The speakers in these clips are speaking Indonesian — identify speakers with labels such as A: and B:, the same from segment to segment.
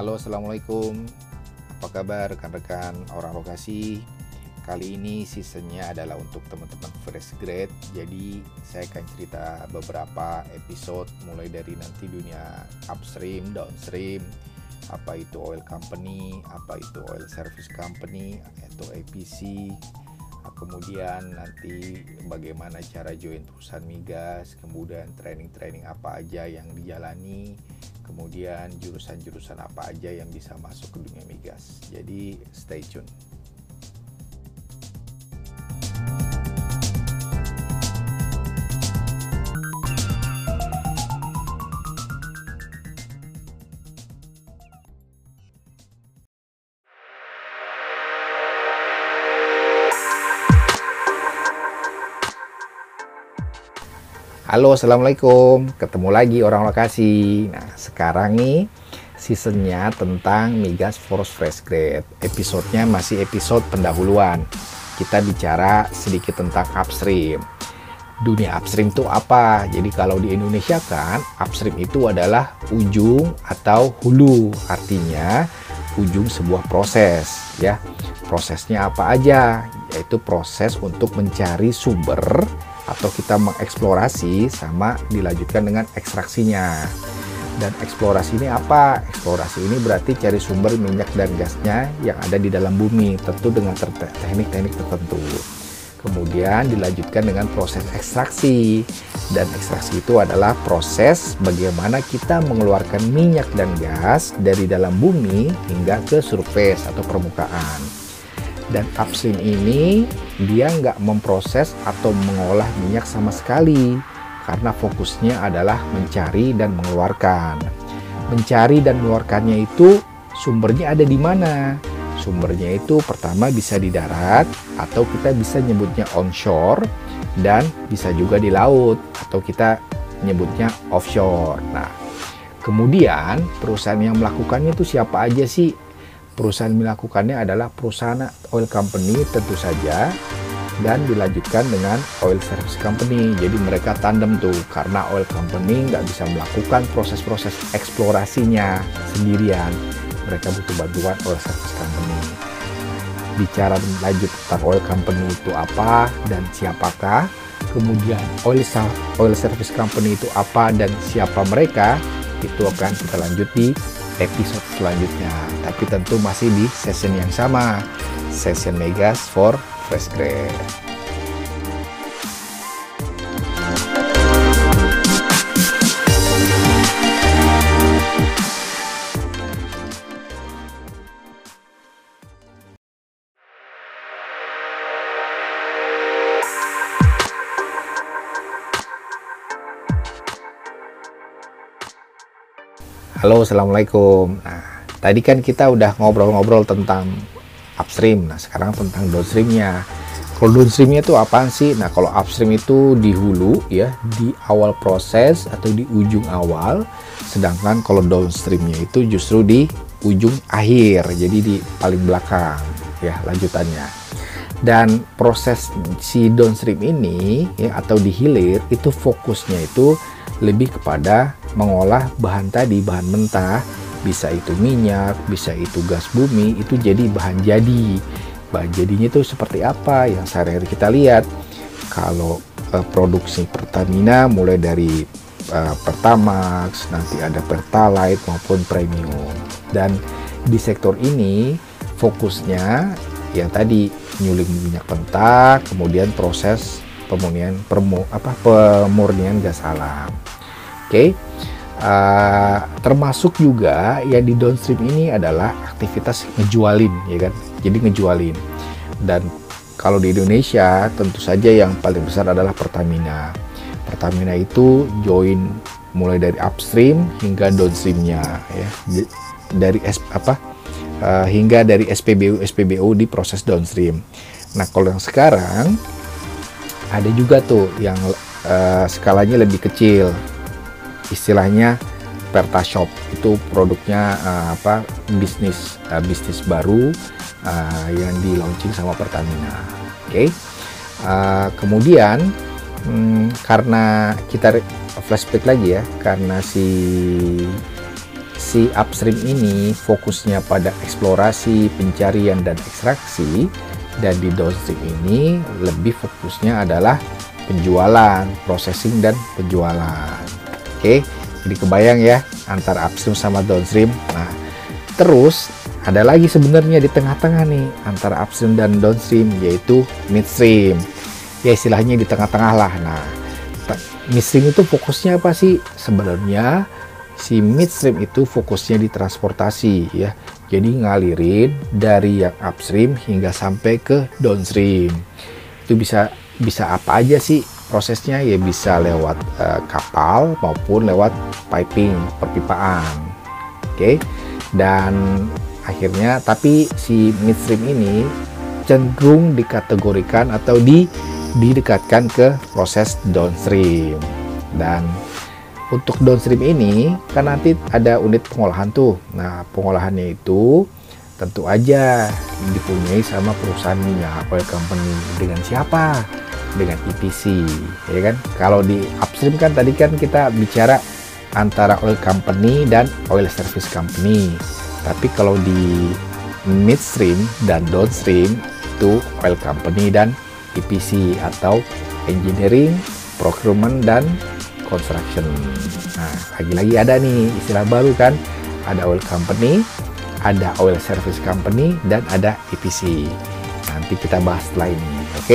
A: Halo, assalamualaikum. Apa kabar rekan-rekan orang lokasi? Kali ini seasonnya adalah untuk teman-teman fresh grade. Jadi saya akan cerita beberapa episode mulai dari nanti dunia upstream, downstream, apa itu oil company, apa itu oil service company atau APC. Kemudian nanti bagaimana cara join perusahaan migas, kemudian training-training apa aja yang dijalani, kemudian jurusan-jurusan apa aja yang bisa masuk ke dunia migas. Jadi stay tune. Halo, assalamualaikum. Ketemu lagi orang lokasi. Nah, sekarang nih seasonnya tentang migas for fresh grade. Episodenya masih episode pendahuluan. Kita bicara sedikit tentang upstream. Dunia upstream itu apa? Jadi kalau di Indonesia kan upstream itu adalah ujung atau hulu. Artinya ujung sebuah proses, ya. Prosesnya apa aja? Yaitu proses untuk mencari sumber atau kita mengeksplorasi sama dilanjutkan dengan ekstraksinya. Dan eksplorasi ini apa? Eksplorasi ini berarti cari sumber minyak dan gasnya yang ada di dalam bumi, tentu dengan teknik-teknik tertentu. Kemudian dilanjutkan dengan proses ekstraksi. Dan ekstraksi itu adalah proses bagaimana kita mengeluarkan minyak dan gas dari dalam bumi hingga ke surface atau permukaan. Dan upstream ini dia nggak memproses atau mengolah minyak sama sekali karena fokusnya adalah mencari dan mengeluarkan. Mencari dan mengeluarkannya itu sumbernya ada di mana? Sumbernya itu pertama bisa di darat atau kita bisa nyebutnya onshore dan bisa juga di laut atau kita nyebutnya offshore. Nah, kemudian perusahaan yang melakukannya itu siapa aja sih? Perusahaan melakukannya adalah perusahaan oil company tentu saja dan dilanjutkan dengan oil service company. Jadi mereka tandem tuh karena oil company nggak bisa melakukan proses-proses eksplorasinya sendirian. Mereka butuh bantuan oil service company. Bicara lanjut tentang oil company itu apa dan siapakah, kemudian oil service company itu apa dan siapa mereka, itu akan kita lanjut di episode selanjutnya, tapi tentu masih di session yang sama, session Migas for fresh grade. Halo, assalamualaikum. Nah, tadi kan kita udah ngobrol-ngobrol tentang upstream. Nah, sekarang tentang downstreamnya. Kalau downstreamnya itu apaan sih? Nah, kalau upstream itu di hulu, ya, di awal proses atau di ujung awal. Sedangkan kalau downstreamnya itu justru di ujung akhir, jadi di paling belakang, ya, lanjutannya. Dan proses si downstream ini, ya, atau di hilir itu fokusnya itu lebih kepada mengolah bahan tadi, bahan mentah, bisa itu minyak, bisa itu gas bumi, itu jadi bahan jadi. Bahan jadinya itu seperti apa yang sehari-hari kita lihat. Kalau produksi Pertamina mulai dari Pertamax, nanti ada Pertalite maupun Premium. Dan di sektor ini fokusnya yang tadi nyuling minyak mentah, kemudian proses pemurnian gas alam. Oke. Termasuk juga ya di downstream ini adalah aktivitas ngejualin, ya kan, jadi ngejualin. Dan kalau di Indonesia tentu saja yang paling besar adalah Pertamina. Pertamina itu join mulai dari upstream hingga downstreamnya, ya, hingga dari SPBU di proses downstream. Nah, kalau yang sekarang ada juga tuh yang skalanya lebih kecil, istilahnya Pertashop. Itu produknya bisnis baru yang di launching sama Pertamina. Oke. Kemudian karena kita flashback lagi ya, karena si si upstream ini fokusnya pada eksplorasi, pencarian, dan ekstraksi, dan di downstream ini lebih fokusnya adalah penjualan, processing, dan penjualan. Oke, jadi kebayang ya antara upstream sama downstream. Nah, terus ada lagi sebenarnya di tengah-tengah nih antara upstream dan downstream, yaitu midstream. Ya istilahnya di tengah-tengah lah. Nah, midstream itu fokusnya apa sih? Sebenarnya si midstream itu fokusnya di transportasi ya. Jadi ngalirin dari yang upstream hingga sampai ke downstream. Itu bisa apa aja sih prosesnya? Ya bisa lewat kapal maupun lewat piping, perpipaan. Oke. Dan akhirnya tapi si midstream ini cenderung dikategorikan atau didekatkan ke proses downstream. Dan untuk downstream ini kan nanti ada unit pengolahan tuh. Nah, pengolahannya itu tentu aja dipunyai sama perusahaan minyak, oil company. Dengan siapa? Dengan EPC, ya kan? Kalau di upstream kan tadi kan kita bicara antara oil company dan oil service company. Tapi kalau di midstream dan downstream itu oil company dan EPC atau engineering, procurement, dan construction. Nah, lagi-lagi ada nih istilah baru kan, ada oil company, ada oil service company, dan ada EPC. Nanti kita bahas setelah ini, oke?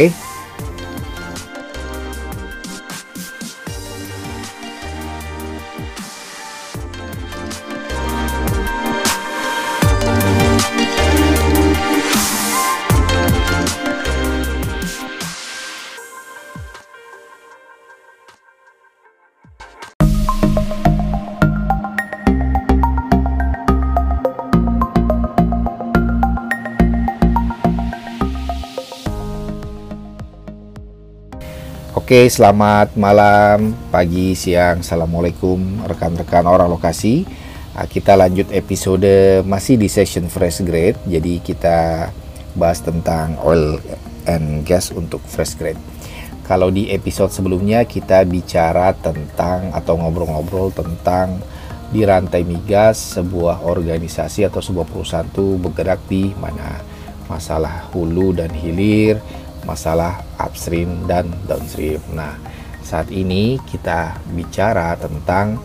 A: Oke, selamat malam, pagi, siang, assalamualaikum rekan-rekan orang lokasi. Kita lanjut episode masih di session fresh grade. Jadi kita bahas tentang oil and gas untuk fresh grade. Kalau di episode sebelumnya kita bicara tentang atau ngobrol-ngobrol tentang di rantai migas sebuah organisasi atau sebuah perusahaan itu bergerak di mana, masalah hulu dan hilir, masalah upstream dan downstream. Nah, saat ini kita bicara tentang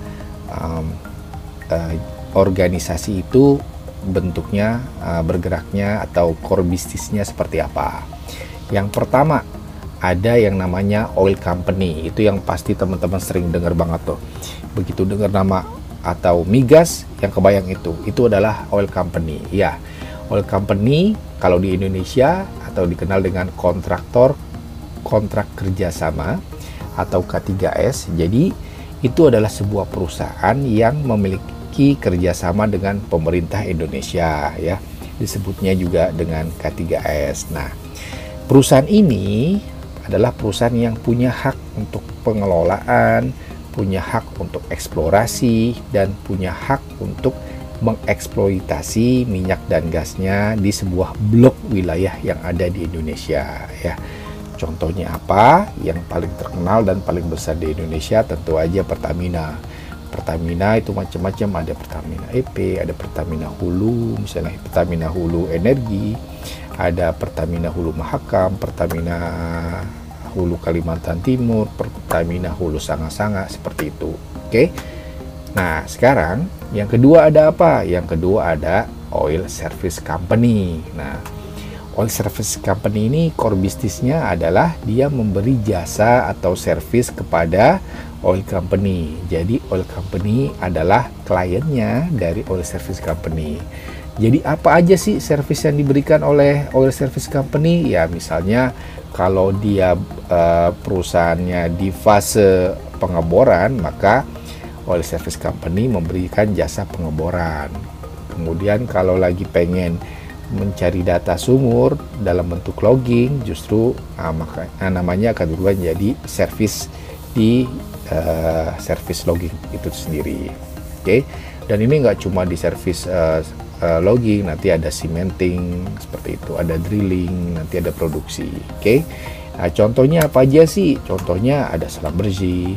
A: organisasi itu bentuknya, bergeraknya atau core bisnisnya seperti apa. Yang pertama ada yang namanya oil company. Itu yang pasti teman-teman sering dengar banget tuh. Begitu dengar nama atau migas, yang kebayang itu adalah oil company. Ya, oil company kalau di Indonesia atau dikenal dengan kontrak kerjasama atau K3S. Jadi itu adalah sebuah perusahaan yang memiliki kerjasama dengan pemerintah Indonesia ya, disebutnya juga dengan K3S. Nah, perusahaan ini adalah perusahaan yang punya hak untuk pengelolaan, punya hak untuk eksplorasi, dan punya hak untuk mengeksploitasi minyak dan gasnya di sebuah blok wilayah yang ada di Indonesia ya. Contohnya apa? Yang paling terkenal dan paling besar di Indonesia tentu aja Pertamina. Pertamina itu macam-macam, ada Pertamina EP, ada Pertamina Hulu, misalnya Pertamina Hulu Energi, ada Pertamina Hulu Mahakam, Pertamina Hulu Kalimantan Timur, Pertamina Hulu Sanga-Sanga, seperti itu. Oke. Nah, sekarang yang kedua ada apa? Yang kedua ada oil service company. Nah, oil service company ini core bisnisnya adalah dia memberi jasa atau service kepada oil company. Jadi oil company adalah kliennya dari oil service company. Jadi apa aja sih service yang diberikan oleh oil service company? Ya misalnya kalau dia perusahaannya di fase pengeboran, maka oil service company memberikan jasa pengeboran. Kemudian kalau lagi pengen mencari data sumur dalam bentuk logging, justru namanya akan berubah menjadi service di service logging itu sendiri. Oke. Dan ini nggak cuma di service logging, nanti ada cementing seperti itu, ada drilling, nanti ada produksi. Oke. Nah, contohnya apa aja sih? Contohnya ada selam bersih,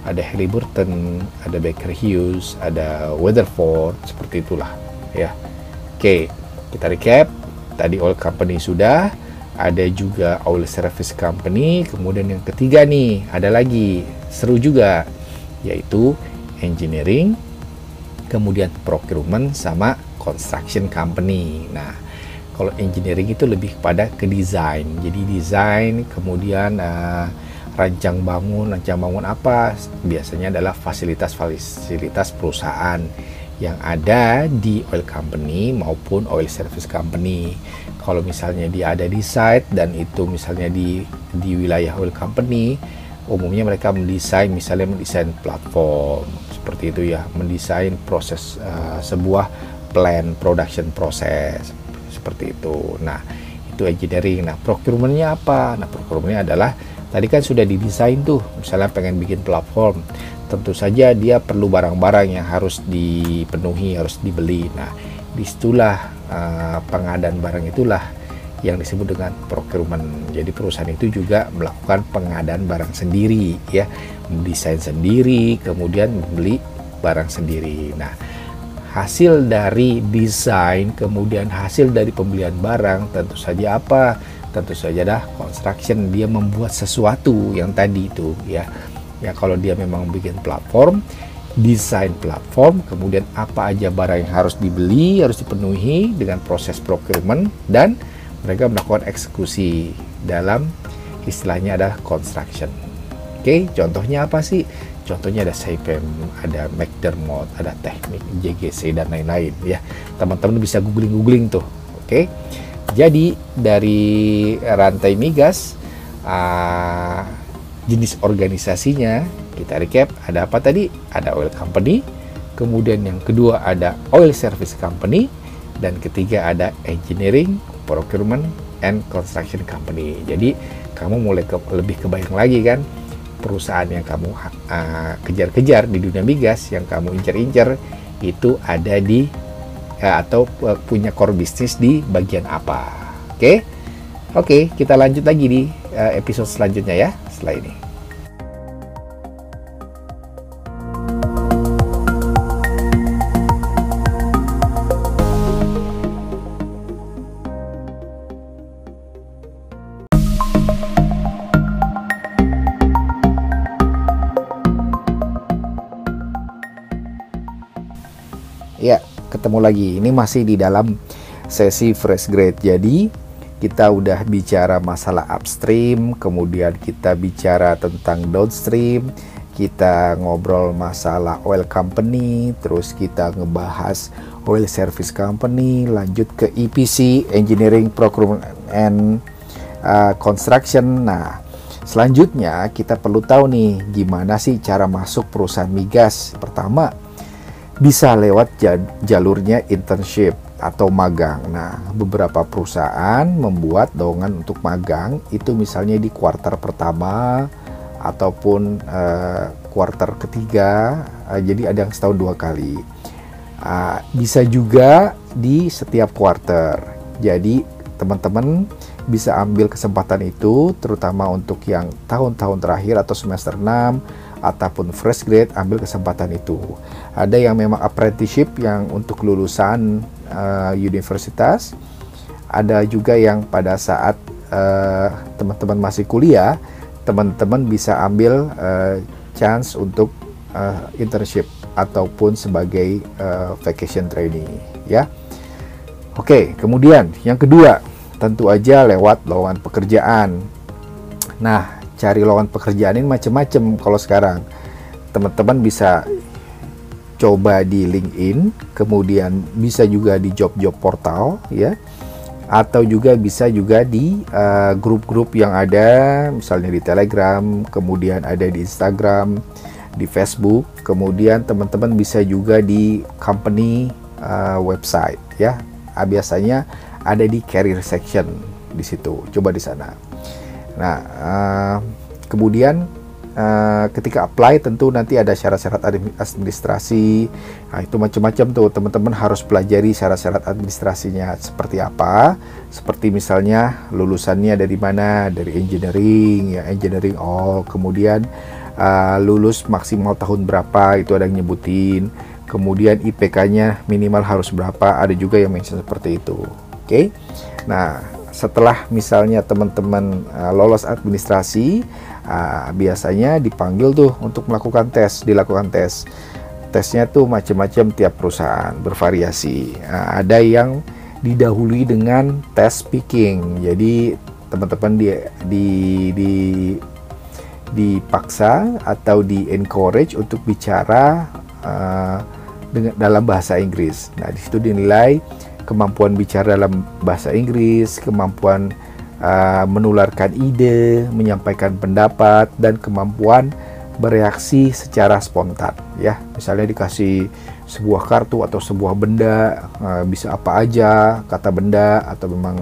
A: ada Halliburton, ada Baker Hughes, ada Weatherford, seperti itulah ya. Oke, kita recap. Tadi oil company sudah, ada juga oil service company, kemudian yang ketiga nih, ada lagi seru juga, yaitu engineering, kemudian procurement sama construction company. Nah, kalau engineering itu lebih kepada ke desain. Jadi desain, kemudian rancang bangun apa? Biasanya adalah fasilitas perusahaan yang ada di oil company maupun oil service company. Kalau misalnya dia ada di site dan itu misalnya di wilayah oil company, umumnya mereka mendesain platform seperti itu ya, mendesain proses sebuah plan production proses seperti itu. Nah, itu engineering. Nah, procurementnya apa? Nah, procurementnya adalah tadi kan sudah didesain tuh, misalnya pengen bikin platform, tentu saja dia perlu barang-barang yang harus dipenuhi, harus dibeli. Nah, disitulah pengadaan barang itulah yang disebut dengan procurement. Jadi perusahaan itu juga melakukan pengadaan barang sendiri ya, mendesain sendiri, kemudian membeli barang sendiri. Nah, hasil dari desain, kemudian hasil dari pembelian barang, tentu saja apa? Tentu saja dah construction, dia membuat sesuatu yang tadi itu ya. Ya, kalau dia memang bikin platform, desain platform, kemudian apa aja barang yang harus dibeli, harus dipenuhi dengan proses procurement, dan mereka melakukan eksekusi dalam istilahnya adalah construction. Oke, contohnya apa sih? Contohnya ada Saipem, ada McDermott, ada Teknik, JGC, dan lain-lain ya. Teman-teman bisa googling tuh. Oke, jadi dari rantai migas, jenis organisasinya kita recap, ada apa tadi? Ada oil company, kemudian yang kedua ada oil service company, dan ketiga ada engineering, procurement, and construction company. Jadi kamu mulai lebih kebayang lagi kan, perusahaan yang kamu kejar-kejar di dunia migas, yang kamu incer-incer itu ada di atau punya core bisnis di bagian apa. Oke, kita lanjut lagi di episode selanjutnya ya, setelah ini. Ya, ketemu lagi. Ini masih di dalam sesi fresh grade. Jadi kita udah bicara masalah upstream, kemudian kita bicara tentang downstream, kita ngobrol masalah oil company, terus kita ngebahas oil service company, lanjut ke EPC, engineering, procurement, and construction. Nah, selanjutnya kita perlu tahu nih, gimana sih cara masuk perusahaan migas. Pertama, bisa lewat jalurnya internship atau magang. Nah, beberapa perusahaan membuat lowongan untuk magang itu misalnya di kuartal pertama ataupun kuartal ketiga, jadi ada yang setahun 2 kali. Bisa juga di setiap kuartal. Jadi teman-teman bisa ambil kesempatan itu, terutama untuk yang tahun-tahun terakhir atau semester 6 ataupun fresh grade, ambil kesempatan itu. Ada yang memang apprenticeship yang untuk lulusan universitas, ada juga yang pada saat teman-teman masih kuliah, teman-teman bisa ambil chance untuk internship ataupun sebagai vacation trainee ya. Oke, kemudian yang kedua, tentu aja lewat lowongan pekerjaan. Nah, cari lowongan pekerjaan ini macam-macam. Kalau sekarang teman-teman bisa coba di LinkedIn, kemudian bisa juga di job-job portal ya, atau juga bisa juga di grup-grup yang ada, misalnya di Telegram, kemudian ada di Instagram, di Facebook, kemudian teman-teman bisa juga di company website ya. Biasanya ada di career section di situ. Coba di sana. Nah, kemudian ketika apply tentu nanti ada syarat-syarat administrasi. Nah, itu macam-macam tuh, teman-teman harus pelajari syarat-syarat administrasinya seperti apa. Seperti misalnya lulusannya dari mana, dari engineering ya, engineering all. Kemudian lulus maksimal tahun berapa, itu ada yang nyebutin. Kemudian IPK-nya minimal harus berapa, ada juga yang mention seperti itu. Oke. Nah, setelah misalnya teman-teman lolos administrasi, biasanya dipanggil tuh untuk melakukan tes, dilakukan tes. Tesnya tuh macam-macam, tiap perusahaan bervariasi. Ada yang didahului dengan tes speaking. Jadi teman-teman dipaksa atau di encourage untuk bicara dalam bahasa Inggris. Nah, di situ dinilai kemampuan bicara dalam bahasa Inggris, kemampuan menularkan ide, menyampaikan pendapat, dan kemampuan bereaksi secara spontan. Ya, misalnya dikasih sebuah kartu atau sebuah benda, bisa apa aja kata benda, atau memang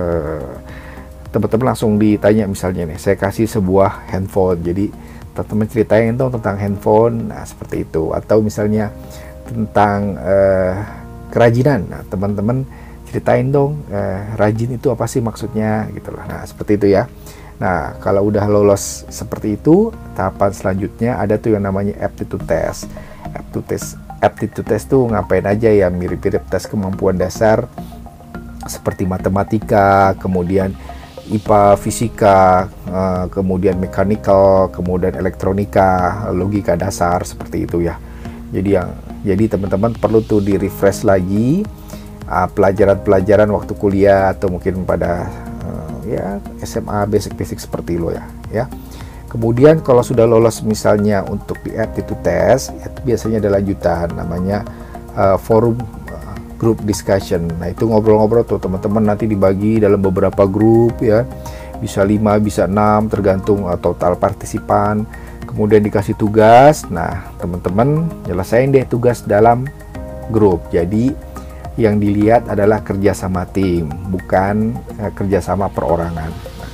A: teman-teman langsung ditanya, misalnya nih, saya kasih sebuah handphone, jadi teman-teman ceritain dong tentang handphone, nah seperti itu. Atau misalnya tentang kerajinan, nah teman-teman ceritain dong, rajin itu apa sih maksudnya, gitu loh. Nah seperti itu ya. Nah kalau udah lolos seperti itu, tahapan selanjutnya ada tuh yang namanya aptitude test. Aptitude test tuh ngapain aja ya, mirip-mirip tes kemampuan dasar seperti matematika, kemudian IPA, fisika, kemudian mechanical, kemudian elektronika, logika dasar, seperti itu ya. Jadi teman-teman perlu tuh di refresh lagi pelajaran-pelajaran waktu kuliah atau mungkin pada ya SMA basic-basic seperti lo ya. Kemudian kalau sudah lolos misalnya untuk di aptitude test, itu biasanya ada lanjutan namanya forum group discussion. Nah itu ngobrol-ngobrol tuh teman-teman, nanti dibagi dalam beberapa grup ya, bisa 5 bisa 6 tergantung total partisipan. Kemudian dikasih tugas. Nah teman-teman nyelesain deh tugas dalam grup. Jadi yang dilihat adalah kerjasama tim, bukan kerjasama perorangan.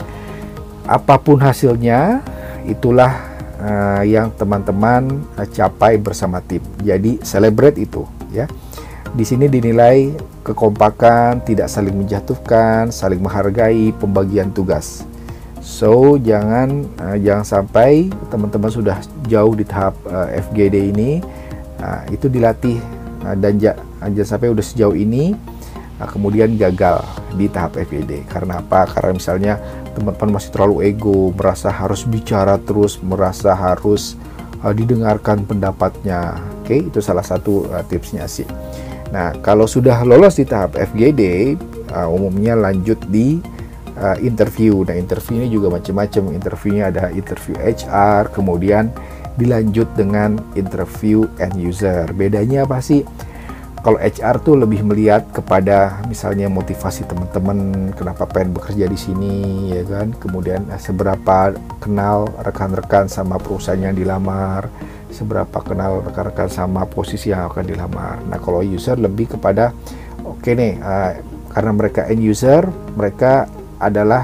A: Apapun hasilnya, itulah yang teman-teman capai bersama tim. Jadi celebrate itu ya. Di sini dinilai kekompakan, tidak saling menjatuhkan, saling menghargai, pembagian tugas. So jangan sampai teman-teman sudah jauh di tahap FGD ini, itu dilatih, dan jangan sampai udah sejauh ini kemudian gagal di tahap FGD. Karena apa? Karena misalnya teman-teman masih terlalu ego, merasa harus bicara terus, merasa harus didengarkan pendapatnya. Oke, itu salah satu tipsnya sih. Nah, kalau sudah lolos di tahap FGD, umumnya lanjut di interview. Nah, interview ini juga macam-macam. Interviewnya ada interview HR, kemudian dilanjut dengan interview end user. Bedanya apa sih? Kalau HR tuh lebih melihat kepada misalnya motivasi teman-teman, kenapa pengen bekerja di sini, ya kan? Kemudian seberapa kenal rekan-rekan sama perusahaan yang dilamar, seberapa kenal rekan-rekan sama posisi yang akan dilamar. Nah kalau user lebih kepada oke nih, karena mereka end user, mereka adalah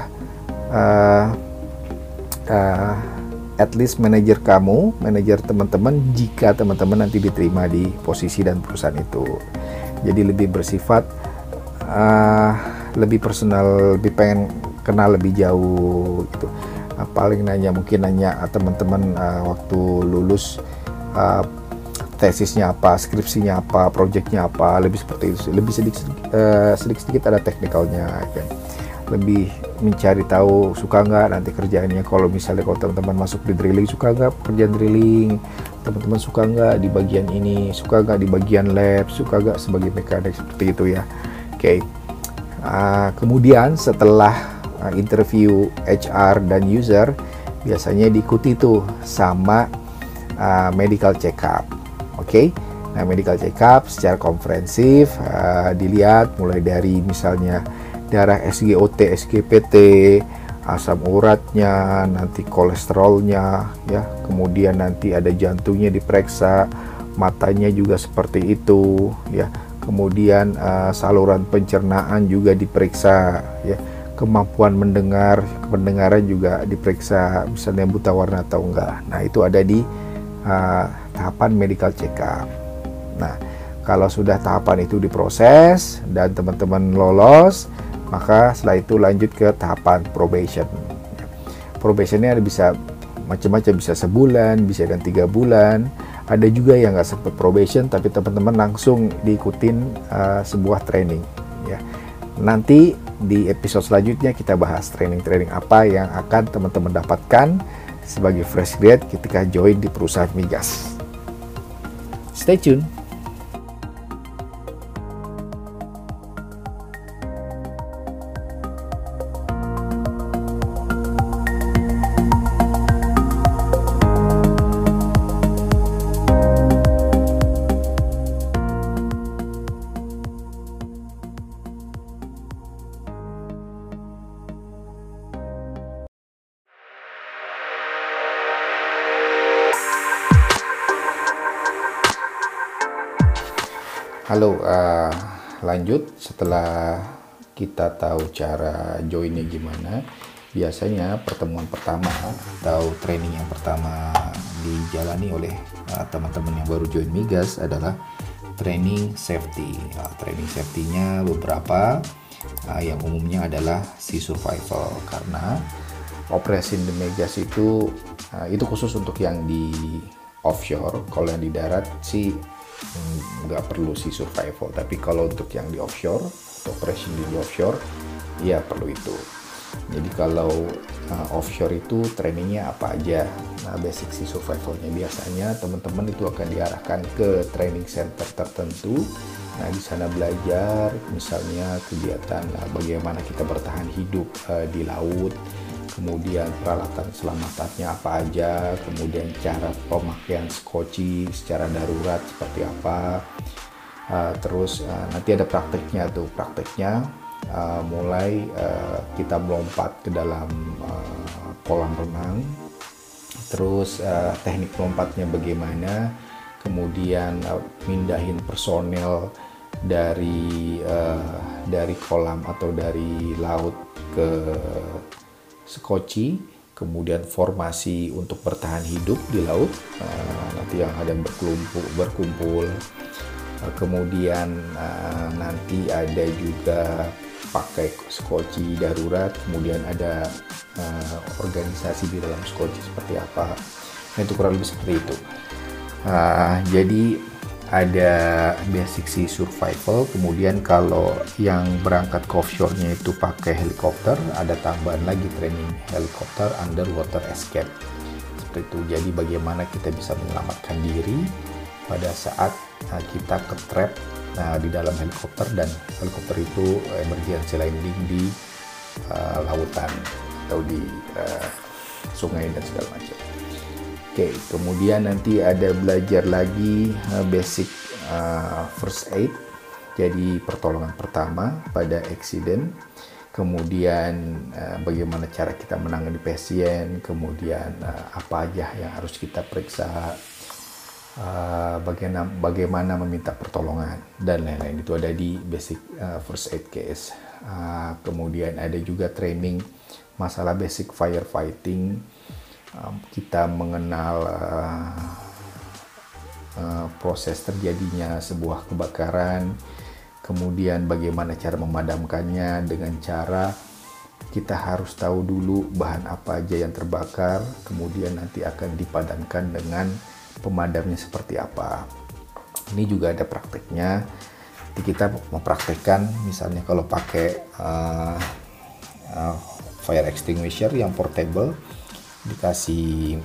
A: at least manajer kamu, manajer teman-teman jika teman-teman nanti diterima di posisi dan perusahaan itu. Jadi lebih bersifat lebih personal, lebih pengen kenal lebih jauh gitu. Paling mungkin nanya teman-teman waktu lulus tesisnya apa, skripsinya apa, projectnya apa, lebih seperti itu. Lebih sedikit ada teknikalnya ya. Lebih mencari tahu suka nggak nanti kerjaannya. Kalau misalnya teman-teman masuk di drilling, suka nggak pekerjaan drilling, teman-teman suka nggak di bagian ini, suka nggak di bagian lab, suka nggak sebagai mekanik, seperti itu ya. Oke. Kemudian setelah interview HR dan user, biasanya diikuti tuh sama medical check up. Oke. Nah, medical check up secara komprehensif dilihat mulai dari misalnya darah SGOT, SGPT, asam uratnya, nanti kolesterolnya ya. Kemudian nanti ada jantungnya diperiksa, matanya juga seperti itu ya. Kemudian saluran pencernaan juga diperiksa ya. Kemampuan pendengaran juga diperiksa, misalnya buta warna atau enggak. Nah, itu ada di tahapan medical check up. Nah, kalau sudah tahapan itu diproses dan teman-teman lolos, maka setelah itu lanjut ke tahapan probation. Probation ini bisa macam-macam, bisa sebulan, bisa dan 3 bulan. Ada juga yang nggak sempat probation tapi teman-teman langsung diikutin sebuah training ya. Nanti di episode selanjutnya kita bahas training-training apa yang akan teman-teman dapatkan sebagai fresh grad ketika join di perusahaan migas. Stay tune. Halo, lanjut setelah kita tahu cara joinnya gimana. Biasanya pertemuan pertama atau training yang pertama dijalani oleh teman-teman yang baru join migas adalah training safety. Training safety-nya beberapa, yang umumnya adalah sea survival, karena operasi di migas itu khusus untuk yang di offshore. Kalau yang di darat sih nggak perlu sea survival, tapi kalau untuk yang di offshore atau operation di offshore ya perlu itu. Jadi kalau offshore itu trainingnya apa aja? Nah, basic sea survivalnya biasanya teman-teman itu akan diarahkan ke training center tertentu. Nah, di sana belajar misalnya kegiatan bagaimana kita bertahan hidup di laut, kemudian peralatan selamatannya apa aja, kemudian cara pemakaian skoci secara darurat seperti apa. Terus nanti ada prakteknya tuh, mulai kita melompat ke dalam kolam renang, terus teknik melompatnya bagaimana, kemudian mindahin personel dari kolam atau dari laut ke skoci, kemudian formasi untuk bertahan hidup di laut, nanti yang ada berkumpul, kemudian nanti ada juga pakai skoci darurat, kemudian ada organisasi di dalam skoci seperti apa. Nah, itu kurang lebih seperti itu. Jadi ada basic sea survival, kemudian kalau yang berangkat ke offshore-nya itu pakai helikopter, ada tambahan lagi training helikopter underwater escape. Seperti itu. Jadi bagaimana kita bisa menyelamatkan diri pada saat kita ke-trap di dalam helikopter, dan helikopter itu emergency landing di lautan atau di sungai dan segala macam. Oke, kemudian nanti ada belajar lagi basic first aid, jadi pertolongan pertama pada accident, kemudian bagaimana cara kita menangani pasien, kemudian apa aja yang harus kita periksa, bagaimana meminta pertolongan, dan lain-lain. Itu ada di basic first aid case. Kemudian ada juga training masalah basic firefighting. Kita mengenal proses terjadinya sebuah kebakaran, kemudian bagaimana cara memadamkannya, dengan cara kita harus tahu dulu bahan apa aja yang terbakar, kemudian nanti akan dipadamkan dengan pemadamnya seperti apa. Ini juga ada prakteknya. Jadi kita mempraktekkan misalnya kalau pakai fire extinguisher yang portable, dikasih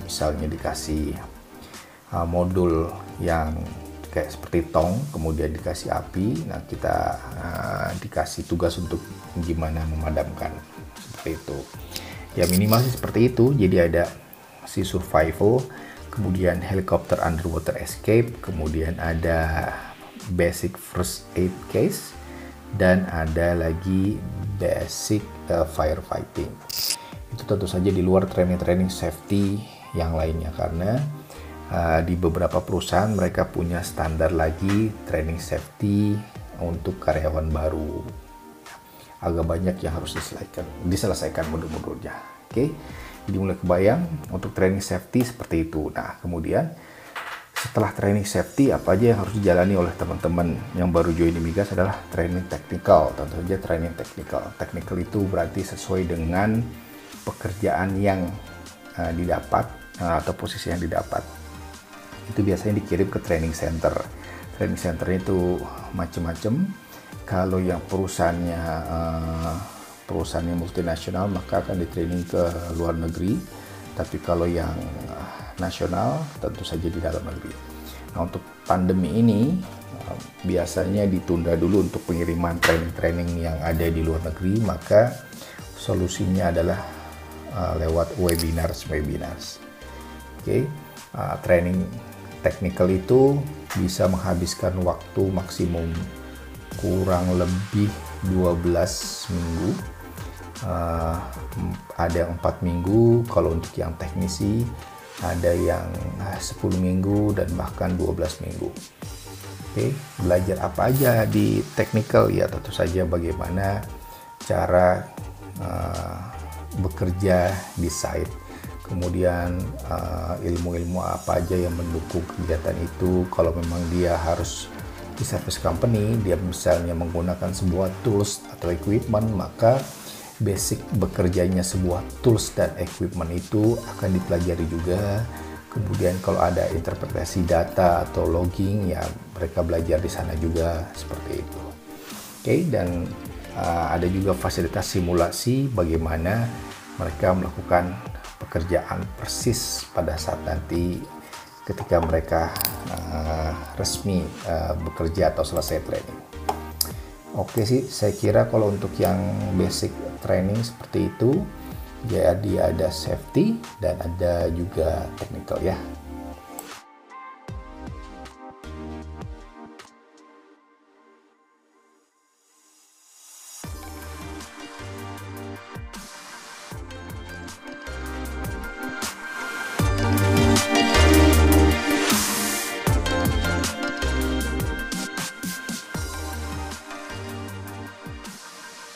A: modul yang kayak seperti tong, kemudian dikasih api. Nah, kita dikasih tugas untuk gimana memadamkan, seperti itu ya, minimal sih seperti itu. Jadi ada sea survival, kemudian helicopter underwater escape, kemudian ada basic first aid case, dan ada lagi basic firefighting. Itu tentu saja di luar training-training safety yang lainnya, karena di beberapa perusahaan mereka punya standar lagi training safety untuk karyawan baru. Agak banyak yang harus diselesaikan modul-modulnya. Oke, jadi mulai kebayang untuk training safety seperti itu. Nah, kemudian setelah training safety, apa aja yang harus dijalani oleh teman-teman yang baru join di migas adalah training technical. Tentu saja training technical. Technical itu berarti sesuai dengan pekerjaan yang didapat atau posisi yang didapat. Itu biasanya dikirim ke training center. Training center itu macam-macam. Kalau yang perusahaannya multinasional, maka akan di-training ke luar negeri. Tapi kalau yang nasional, tentu saja di dalam negeri. Nah, untuk pandemi ini biasanya ditunda dulu untuk pengiriman training-training yang ada di luar negeri, maka solusinya adalah lewat webinars. Oke. Training technical itu bisa menghabiskan waktu maksimum kurang lebih 12 minggu. Ada yang 4 minggu kalau untuk yang teknisi, ada yang 10 minggu dan bahkan 12 minggu. Oke, belajar apa aja di technical? Ya tentu saja bagaimana cara bekerja di site, kemudian ilmu-ilmu apa aja yang mendukung kegiatan itu. Kalau memang dia harus di service company, dia misalnya menggunakan sebuah tools atau equipment, maka basic bekerjanya sebuah tools dan equipment itu akan dipelajari juga. Kemudian kalau ada interpretasi data atau logging, ya mereka belajar di sana juga, seperti itu. Oke, dan ada juga fasilitas simulasi bagaimana mereka melakukan pekerjaan persis pada saat nanti ketika mereka resmi bekerja atau selesai training. Oke sih, saya kira kalau untuk yang basic training seperti itu, jadi ada safety dan ada juga technical ya.